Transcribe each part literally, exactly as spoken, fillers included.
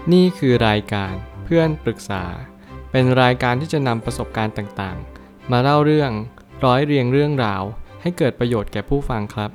นี่คือรายการเพื่อนปรึกษาเป็นรายการที่จะนำประสบการณ์ต่างๆมาเล่าเรื่องร้อยเรียงเรื่องราวให้เกิดประโยชน์แก่ผู้ฟังครับ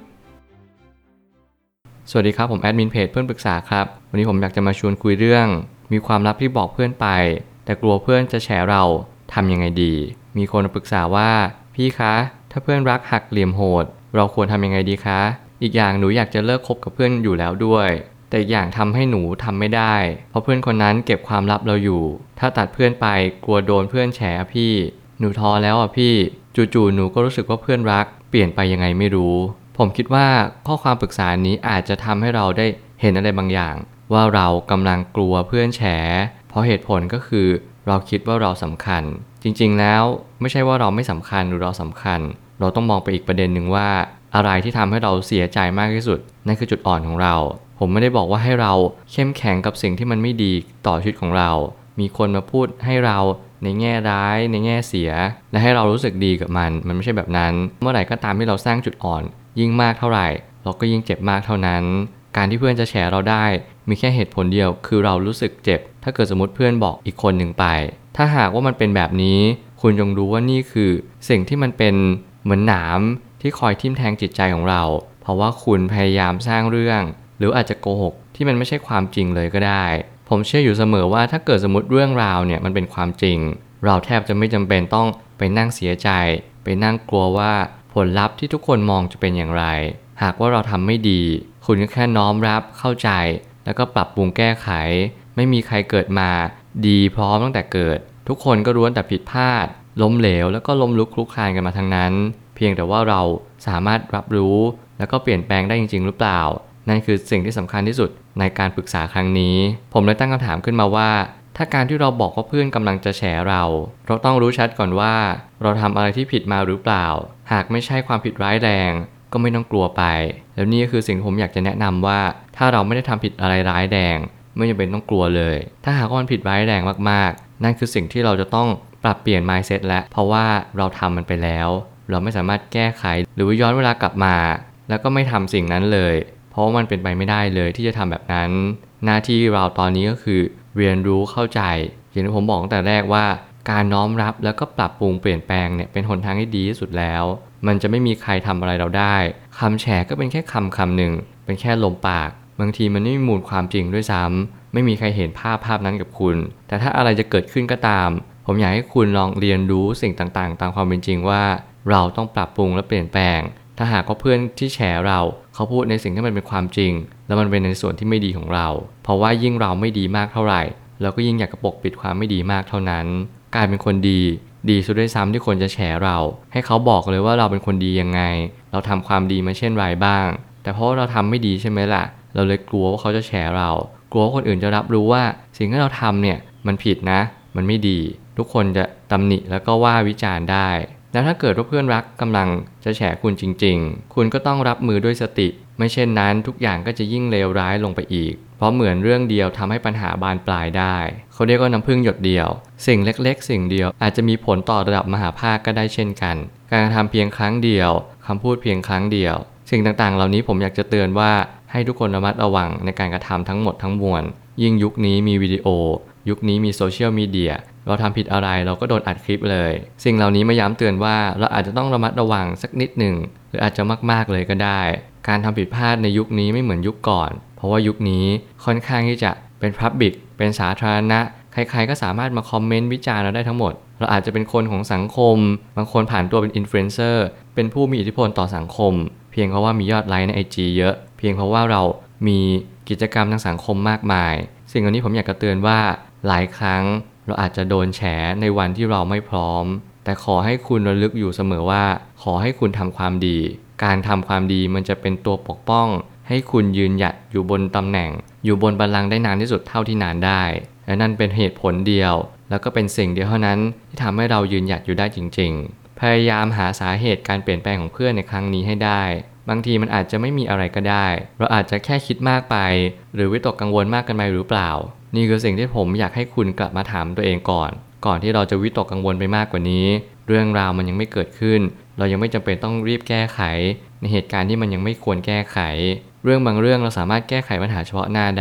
สวัสดีครับผมแอดมินเพจเพื่อนปรึกษาครับวันนี้ผมอยากจะมาชวนคุยเรื่องมีความลับที่บอกเพื่อนไปแต่กลัวเพื่อนจะแฉเราทำยังไงดีมีคนมาปรึกษาว่าพี่คะถ้าเพื่อนรักหักเหลี่ยมโหดเราควรทำยังไงดีคะอีกอย่างหนูอยากจะเลิกคบกับเพื่อนอยู่แล้วด้วยแต่อีกอย่างทำให้หนูทำไม่ได้เพราะเพื่อนคนนั้นเก็บความลับเราอยู่ถ้าตัดเพื่อนไปกลัวโดนเพื่อนแฉพี่หนูท้อแล้วอ่ะพี่จู่ๆหนูก็รู้สึกว่าเพื่อนรักเปลี่ยนไปยังไงไม่รู้ผมคิดว่าข้อความปรึกษานี้อาจจะทำให้เราได้เห็นอะไรบางอย่างว่าเรากำลังกลัวเพื่อนแฉเพราะเหตุผลก็คือเราคิดว่าเราสำคัญจริงๆแล้วไม่ใช่ว่าเราไม่สำคัญหรือเราสำคัญเราต้องมองไปอีกประเด็นหนึ่งว่าอะไรที่ทำให้เราเสียใจมากที่สุดนั่นคือจุดอ่อนของเราผมไม่ได้บอกว่าให้เราเข้มแข็งกับสิ่งที่มันไม่ดีต่อชีวิตของเรามีคนมาพูดให้เราในแง่ร้ายในแง่เสียและให้เรารู้สึกดีกับมันมันไม่ใช่แบบนั้นเมื่อไหร่ก็ตามที่เราสร้างจุดอ่อนยิ่งมากเท่าไหร่เราก็ยิ่งเจ็บมากเท่านั้นการที่เพื่อนจะแฉเราได้มีแค่เหตุผลเดียวคือเรารู้สึกเจ็บถ้าเกิดสมมติเพื่อนบอกอีกคนหนึ่งไปถ้าหากว่ามันเป็นแบบนี้คุณจงรู้ว่านี่คือสิ่งที่มันเป็นเหมือนหนามที่คอยทิ่มแทงจิตใจของเราเพราะว่าคุณพยายามสร้างเรื่องหรืออาจจะโกหกที่มันไม่ใช่ความจริงเลยก็ได้ผมเชื่ออยู่เสมอว่าถ้าเกิดสมมติเรื่องราวเนี่ยมันเป็นความจริงเราแทบจะไม่จำเป็นต้องไปนั่งเสียใจไปนั่งกลัวว่าผลลัพธ์ที่ทุกคนมองจะเป็นอย่างไรหากว่าเราทำไม่ดีคุณก็แค่น้อมรับเข้าใจแล้วก็ปรับปรุงแก้ไขไม่มีใครเกิดมาดีพร้อมตั้งแต่เกิดทุกคนก็ล้วนแต่ผิดพลาดล้มเหลวแล้วก็ล้มลุกคลุกคลานกันมาทั้งนั้นเพียงแต่ว่าเราสามารถรับรู้แล้วก็เปลี่ยนแปลงได้จริงๆหรือเปล่านั่นคือสิ่งที่สำคัญที่สุดในการปรึกษาครั้งนี้ผมเลยตั้งคำถามขึ้นมาว่าถ้าการที่เราบอกว่าเพื่อนกำลังจะแฉเราเราต้องรู้ชัดก่อนว่าเราทำอะไรที่ผิดมาหรือเปล่าหากไม่ใช่ความผิดร้ายแรงก็ไม่ต้องกลัวไปแล้วนี่ก็คือสิ่งที่ผมอยากจะแนะนำว่าถ้าเราไม่ได้ทำผิดอะไรร้ายแรงไม่จำเป็นต้องกลัวเลยถ้าหากว่ามันผิดร้ายแรงมากๆนั่นคือสิ่งที่เราจะต้องปรับเปลี่ยน mindset แล้วเพราะว่าเราทำมันไปแล้วเราไม่สามารถแก้ไขหรือย้อนเวลากลับมาแล้วก็ไม่ทำสิ่งนั้นเลยเพราะว่ามันเป็นไปไม่ได้เลยที่จะทำแบบนั้นหน้าที่เราตอนนี้ก็คือเรียนรู้เข้าใจอย่างที่ผมบอกตั้งแต่แรกว่าการน้อมรับแล้วก็ปรับปรุงเปลี่ยนแปลงเนี่ยเป็นหนทางที่ดีที่สุดแล้วมันจะไม่มีใครทำอะไรเราได้คำแฉก็เป็นแค่คำคำหนึ่งเป็นแค่ลมปากบางทีมันไม่มีมูลความจริงด้วยซ้ำไม่มีใครเห็นภาพภาพนั้นกับคุณแต่ถ้าอะไรจะเกิดขึ้นก็ตามผมอยากให้คุณลองเรียนรู้สิ่งต่างๆตามความเป็นจริงว่าเราต้องปรับปรุงและเปลี่ยนแปลงถ้าหากว่าเพื่อนที่แฉเราเขาพูดในสิ่งที่มันเป็นความจริงแล้วมันเป็นในส่วนที่ไม่ดีของเราเพราะว่ายิ่งเราไม่ดีมากเท่าไหร่เราก็ยิ่งอยากจะปกปิดความไม่ดีมากเท่านั้นกลายเป็นคนดีดีสุดด้วยซ้ำที่คนจะแฉเราให้เขาบอกเลยว่าเราเป็นคนดียังไงเราทำความดีมาเช่นไรบ้างแต่เพราะเราทำไม่ดีใช่ไหมล่ะเราเลยกลัวว่าเขาจะแฉเรากลัวว่าคนอื่นจะรับรู้ว่าสิ่งที่เราทำเนี่ยมันผิดนะมันไม่ดีทุกคนจะตำหนิแล้วก็ว่าวิจารณ์ได้แล้วถ้าเกิดว่าเพื่อนรักกำลังจะแฉคุณจริงๆคุณก็ต้องรับมือด้วยสติไม่เช่นนั้นทุกอย่างก็จะยิ่งเลวร้ายลงไปอีกเพราะเหมือนเรื่องเดียวทำให้ปัญหาบานปลายได้เขาเรียกว่าน้ำผึ้งหยดเดียวสิ่งเล็กๆสิ่งเดียวอาจจะมีผลต่อระดับมหาภาคก็ได้เช่นกันการกระทำเพียงครั้งเดียวคำพูดเพียงครั้งเดียวสิ่งต่างๆเหล่านี้ผมอยากจะเตือนว่าให้ทุกคนระมัดระวังในการกระทำทั้งหมดทั้งมวลยิ่งยุคนี้มีวิดีโอยุคนี้มีโซเชียลมีเดียเราทำผิดอะไรเราก็โดนอัดคลิปเลยสิ่งเหล่านี้มาย้ำเตือนว่าเราอาจจะต้องระมัดระวังสักนิดหนึ่งหรืออาจจะมากๆเลยก็ได้การทำผิดพลาดในยุคนี้ไม่เหมือนยุคก่อนเพราะว่ายุคนี้ค่อนข้างที่จะเป็นพับบิกเป็นสาธารณะใครๆก็สามารถมาคอมเมนต์วิจารณ์เราได้ทั้งหมดเราอาจจะเป็นคนของสังคมบางคนผ่านตัวเป็นอินฟลูเอนเซอร์เป็นผู้มีอิทธิพลต่อสังคมเพียงเพราะว่ามียอดไลค์ใน ไอ จี เยอะเพียงเพราะว่าเรามีกิจกรรมทางสังคมมากมายสิ่งเหล่านี้ผมอยากจะเตือนว่าหลายครั้งเราอาจจะโดนแฉในวันที่เราไม่พร้อมแต่ขอให้คุณระลึกอยู่เสมอว่าขอให้คุณทำความดีการทำความดีมันจะเป็นตัวปกป้องให้คุณยืนหยัดอยู่บนตำแหน่งอยู่บนบัลลังก์ได้นานที่สุดเท่าที่นานได้และนั่นเป็นเหตุผลเดียวแล้วก็เป็นสิ่งเดียวเท่านั้นที่ทำให้เรายืนหยัดอยู่ได้จริงๆพยายามหาสาเหตุการเปลี่ยนแปลงของเพื่อนในครั้งนี้ให้ได้บางทีมันอาจจะไม่มีอะไรก็ได้เราอาจจะแค่คิดมากไปหรือวิตกกังวลมากเกินไปหรือเปล่านี่คือสิ่งที่ผมอยากให้คุณกลับมาถามตัวเองก่อนก่อนที่เราจะวิตกกังวลไปมากกว่านี้เรื่องราวมันยังไม่เกิดขึ้นเรายังไม่จำเป็นต้องรีบแก้ไขในเหตุการณ์ที่มันยังไม่ควรแก้ไขเรื่องบางเรื่องเราสามารถแก้ไขปัญหาเฉพาะหน้าได้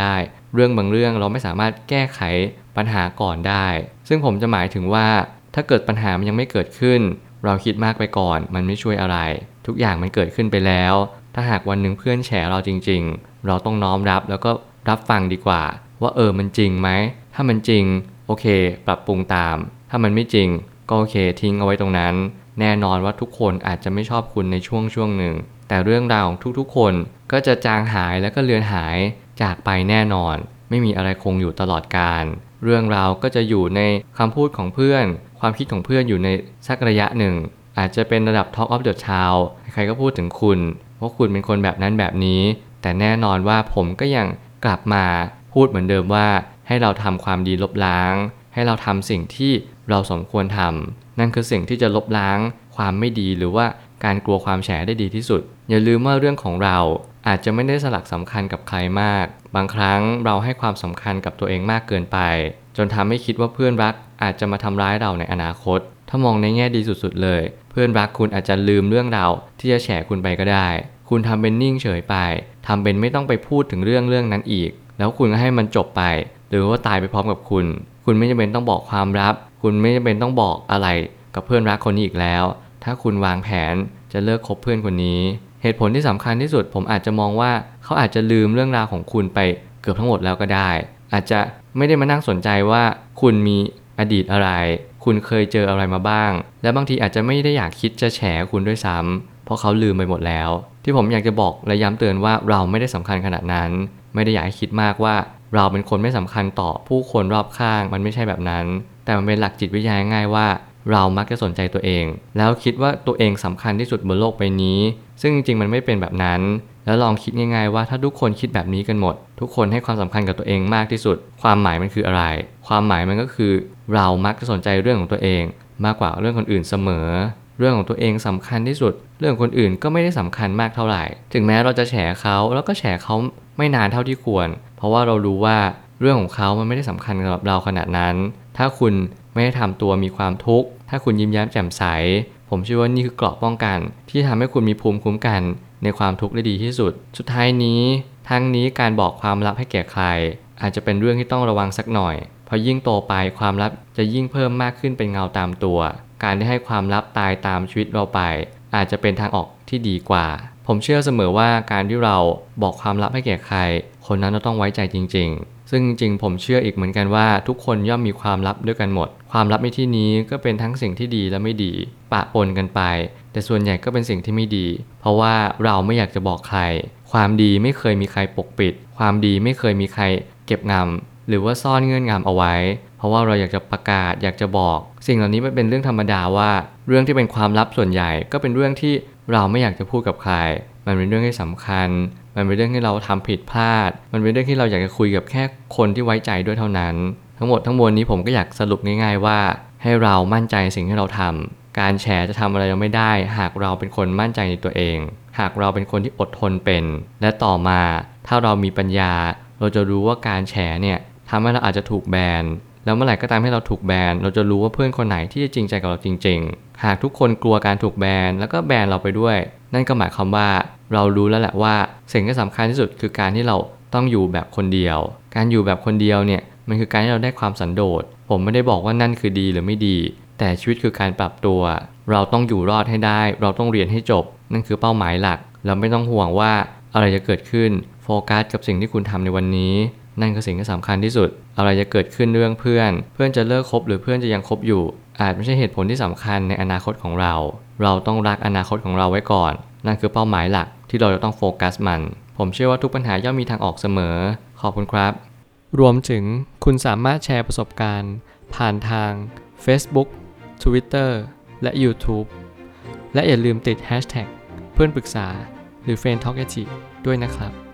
เรื่องบางเรื่องเราไม่สามารถแก้ไขปัญหาก่อนได้ซึ่งผมจะหมายถึงว่าถ้าเกิดปัญหามันยังไม่เกิดขึ้นเราคิดมากไปก่อนมันไม่ช่วยอะไรทุกอย่างมันเกิดขึ้นไปแล้วถ้าหากวันหนึ่งเพื่อนแฉเราจริงๆเราต้องน้อมรับแล้วก็รับฟังดีกว่าว่าเออมันจริงไหมถ้ามันจริงโอเคปรับปรุงตามถ้ามันไม่จริงก็โอเคทิ้งเอาไว้ตรงนั้นแน่นอนว่าทุกคนอาจจะไม่ชอบคุณในช่วงช่วงหนึ่งแต่เรื่องราวของทุกๆคนก็จะจางหายแล้วก็เลือนหายจากไปแน่นอนไม่มีอะไรคงอยู่ตลอดกาลเรื่องราวก็จะอยู่ในคำพูดของเพื่อนความคิดของเพื่อนอยู่ในสักระยะหนึ่งอาจจะเป็นระดับ Talk of the Town ใครก็พูดถึงคุณว่าคุณเป็นคนแบบนั้นแบบนี้แต่แน่นอนว่าผมก็ยังกลับมาพูดเหมือนเดิมว่าให้เราทำความดีลบล้างให้เราทำสิ่งที่เราสมควรทำนั่นคือสิ่งที่จะลบล้างความไม่ดีหรือว่าการกลัวความแฉได้ดีที่สุดอย่าลืมว่าเรื่องของเราอาจจะไม่ได้สลักสำคัญกับใครมากบางครั้งเราให้ความสำคัญกับตัวเองมากเกินไปจนทำให้คิดว่าเพื่อนรักอาจจะมาทำร้ายเราในอนาคตถ้ามองในแง่ดีสุดๆเลยเพื่อนรักคุณอาจจะลืมเรื่องราวที่จะแฉคุณไปก็ได้คุณทำเป็นนิ่งเฉยไปทำเป็นไม่ต้องไปพูดถึงเรื่องเรื่องนั้นอีกแล้วคุณก็ให้มันจบไปหรือว่าตายไปพร้อมกับคุณคุณไม่จำเป็นต้องบอกความลับคุณไม่จำเป็นต้องบอกอะไรกับเพื่อนรักคนนี้อีกแล้วถ้าคุณวางแผนจะเลิกคบเพื่อนคนนี้เหตุผลที่สำคัญที่สุดผมอาจจะมองว่าเขาอาจจะลืมเรื่องราวของคุณไปเกือบทั้งหมดแล้วก็ได้อาจจะไม่ได้มานั่งสนใจว่าคุณมีอดีตอะไรคุณเคยเจออะไรมาบ้างและบางทีอาจจะไม่ได้อยากคิดจะแฉคุณด้วยซ้ำเพราะเขาลืมไปหมดแล้วที่ผมอยากจะบอกและย้ำเตือนว่าเราไม่ได้สำคัญขนาดนั้นไม่ได้อยากให้คิดมากว่าเราเป็นคนไม่สำคัญต่อผู้คนรอบข้างมันไม่ใช่แบบนั้นแต่มันเป็นหลักจิตวิทยาง่ายว่าเรามักจะสนใจตัวเองแล้วคิดว่าตัวเองสำคัญที่สุดบนโลกใบนี้ซึ่งจริงๆมันไม่เป็นแบบนั้นแล้วลองคิดง่ายๆว่าถ้าทุกคนคิดแบบนี้กันหมดทุกคนให้ความสำคัญกับตัวเองมากที่สุดความหมายมันคืออะไรความหมายมันก็คือเรามักจะสนใจเรื่องของตัวเองมากกว่าเรื่องคนอื่นเสมอเรื่องของตัวเองสำคัญที่สุดเรื่องคนอื่นก็ไม่ได้สำคัญมากเท่าไหร่ถึงแม้เราจะแฉเขาแล้วก็แฉเขาไม่นานเท่าที่ควรเพราะว่าเรารู้ว่าเรื่องของเขามันไม่ได้สำคัญกับเราขนาดนั้นถ้าคุณไม่ได้ทำตัวมีความทุกข์ถ้าคุณยิ้มแย้มแจ่มใสผมเชื่อว่านี่คือเกราะป้องกันที่ทำให้คุณมีภูมิคุ้มกันในความทุกข์ได้ดีที่สุดสุดท้ายนี้ทั้งนี้การบอกความลับให้แก่ใครอาจจะเป็นเรื่องที่ต้องระวังสักหน่อยเพราะยิ่งโตไปความลับจะยิ่งเพิ่มมากขึ้นเป็นเงาตามตัวการที่ให้ความลับตายตามชีวิตเราไปอาจจะเป็นทางออกที่ดีกว่าผมเชื่อเสมอว่าการที่เราบอกความลับให้แก่ใครคนนั้นเราต้องไว้ใจจริงๆซึ่งจริงๆผมเชื่ออีกเหมือนกันว่าทุกคนย่อมมีความลับด้วยกันหมดความลับในที่นี้ก็เป็นทั้งสิ่งที่ดีและไม่ดีปะปนกันไปแต่ส่วนใหญ่ก็เป็นสิ่งที่ไม่ดีเพราะว่าเราไม่อยากจะบอกใครความดีไม่เคยมีใครปกปิดความดีไม่เคยมีใครเก็บงำหรือว่าซ่อนเงื่อนงำเอาไว้เพราะว่าเราอยากจะประกาศอยากจะบอกสิ่งเหล่านี้มันเป็นเรื่องธรรมดาว่าเรื่องที่เป็นความลับส่วนใหญ่ก็เป็นเรื่องที่เราไม่อยากจะพูดกับใครมันเป็นเรื่องที่สำคัญมันเป็นเรื่องที่เราทำผิดพลาดมันเป็นเรื่องที่เราอยากจะคุยกับแค่คนที่ไว้ใจด้วยเท่านั้นทั้งหมดทั้งมวลนี้ผมก็อยากสรุปง่ายๆว่าให้เรามั่นใจสิ่งที่เราทำการแชร์จะทำอะไรเราไม่ได้หากเราเป็นคนมั่นใจในตัวเองหากเราเป็นคนที่อดทนเป็นและต่อมาถ้าเรามีปัญญาเราจะรู้ว่าการแชร์เนี่ยทำให้เราอาจจะถูกแบนแล้วเมื่อไหร่ก็ตามให้เราถูกแบนเราจะรู้ว่าเพื่อนคนไหนที่จะจริงใจกับเราจริงๆหากทุกคนกลัวการถูกแบนแล้วก็แบนเราไปด้วยนั่นก็หมายความว่าเรารู้แล้วแหละว่าสิ่งที่สำคัญที่สุดคือการที่เราต้องอยู่แบบคนเดียวการอยู่แบบคนเดียวเนี่ยมันคือการที่เราได้ความสันโดษผมไม่ได้บอกว่านั่นคือดีหรือไม่ดีแต่ชีวิตคือการปรับตัวเราต้องอยู่รอดให้ได้เราต้องเรียนให้จบนั่นคือเป้าหมายหลักเราไม่ต้องห่วงว่าอะไรจะเกิดขึ้นโฟกัสกับสิ่งที่คุณทำในวันนี้นั่นคือสิ่งที่สำคัญที่สุดอะไรจะเกิดขึ้นเรื่องเพื่อนเพื่อนจะเลิกคบหรือเพื่อนจะยังคบอยู่อาจไม่ใช่เหตุผลที่สำคัญในอนาคตของเราเราต้องรักอนาคตของเราไว้ก่อนนั่นคือเป้าหมายหลักที่เราจะต้องโฟกัสมันผมเชื่อว่าทุกปัญหาย่อมมีทางออกเสมอขอบคุณครับรวมถึงคุณสามารถแชร์ประสบการณ์ผ่านทาง Facebook Twitter และ YouTube และอย่าลืมติด แฮชแท็ก เพื่อนปรึกษาหรือ เฟรนด์ ทอล์ก ด้วยนะครับ